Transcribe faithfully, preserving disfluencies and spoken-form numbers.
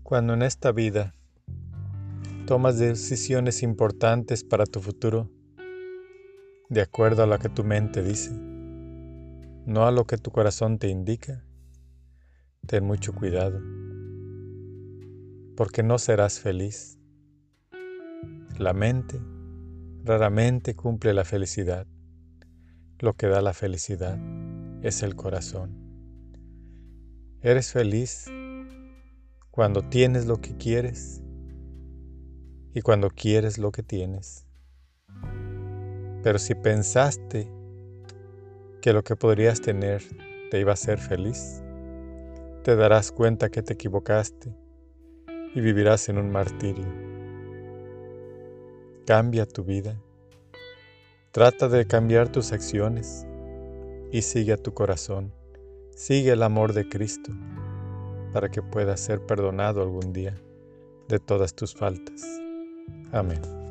Cuando en esta vida tomas decisiones importantes para tu futuro, de acuerdo a lo que tu mente dice, no a lo que tu corazón te indica, ten mucho cuidado, porque no serás feliz. La mente raramente cumple la felicidad. Lo que da la felicidad es el corazón. Eres feliz cuando tienes lo que quieres y cuando quieres lo que tienes. Pero si pensaste que lo que podrías tener te iba a hacer feliz, te darás cuenta que te equivocaste y vivirás en un martirio. Cambia tu vida. Trata de cambiar tus acciones y sigue a tu corazón. Sigue el amor de Cristo para que puedas ser perdonado algún día de todas tus faltas. Amén.